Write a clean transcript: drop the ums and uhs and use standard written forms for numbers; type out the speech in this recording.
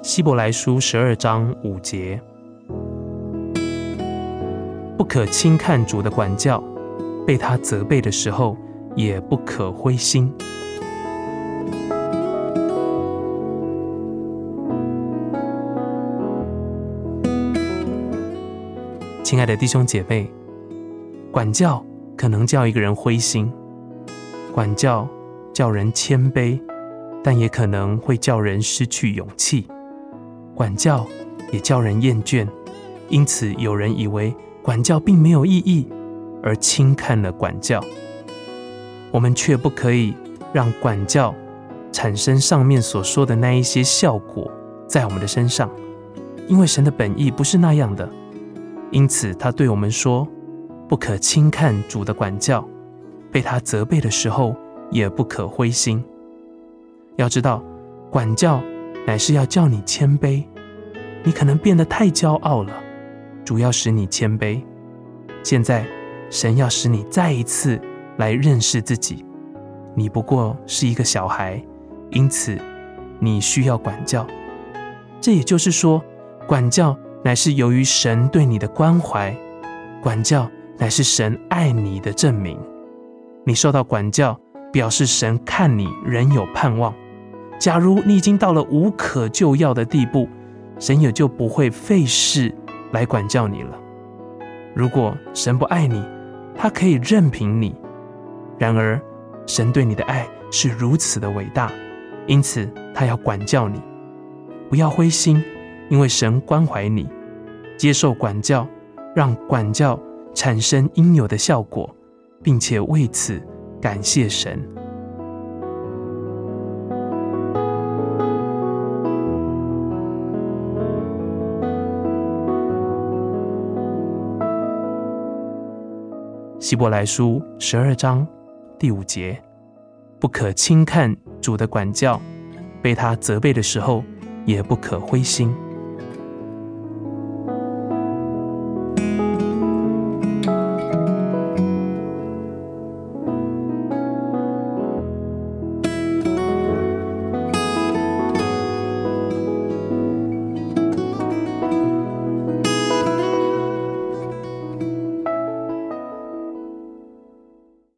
希伯来书12章5节，不可轻看主的管教，被他责备的时候，也不可灰心。亲爱的弟兄姐妹，管教可能叫一个人灰心，管教叫人谦卑，但也可能会叫人失去勇气。管教也叫人厌倦，因此有人以为管教并没有意义，而轻看了管教。我们却不可以让管教产生上面所说的那一些效果在我们的身上，因为神的本意不是那样的。因此他对我们说，不可轻看主的管教，被他责备的时候，也不可灰心。要知道，管教乃是要叫你谦卑，你可能变得太骄傲了，主要使你谦卑。现在神要使你再一次来认识自己，你不过是一个小孩，因此你需要管教。这也就是说，管教乃是由于神对你的关怀，管教乃是神爱你的证明。你受到管教，表示神看你仍有盼望。假如你已经到了无可救药的地步，神也就不会费事来管教你了。如果神不爱你，他可以任凭你。然而，神对你的爱是如此的伟大，因此他要管教你。不要灰心，因为神关怀你，接受管教，让管教产生应有的效果，并且为此感谢神。希伯来书12章第5节，不可轻看主的管教，被他责备的时候，也不可灰心。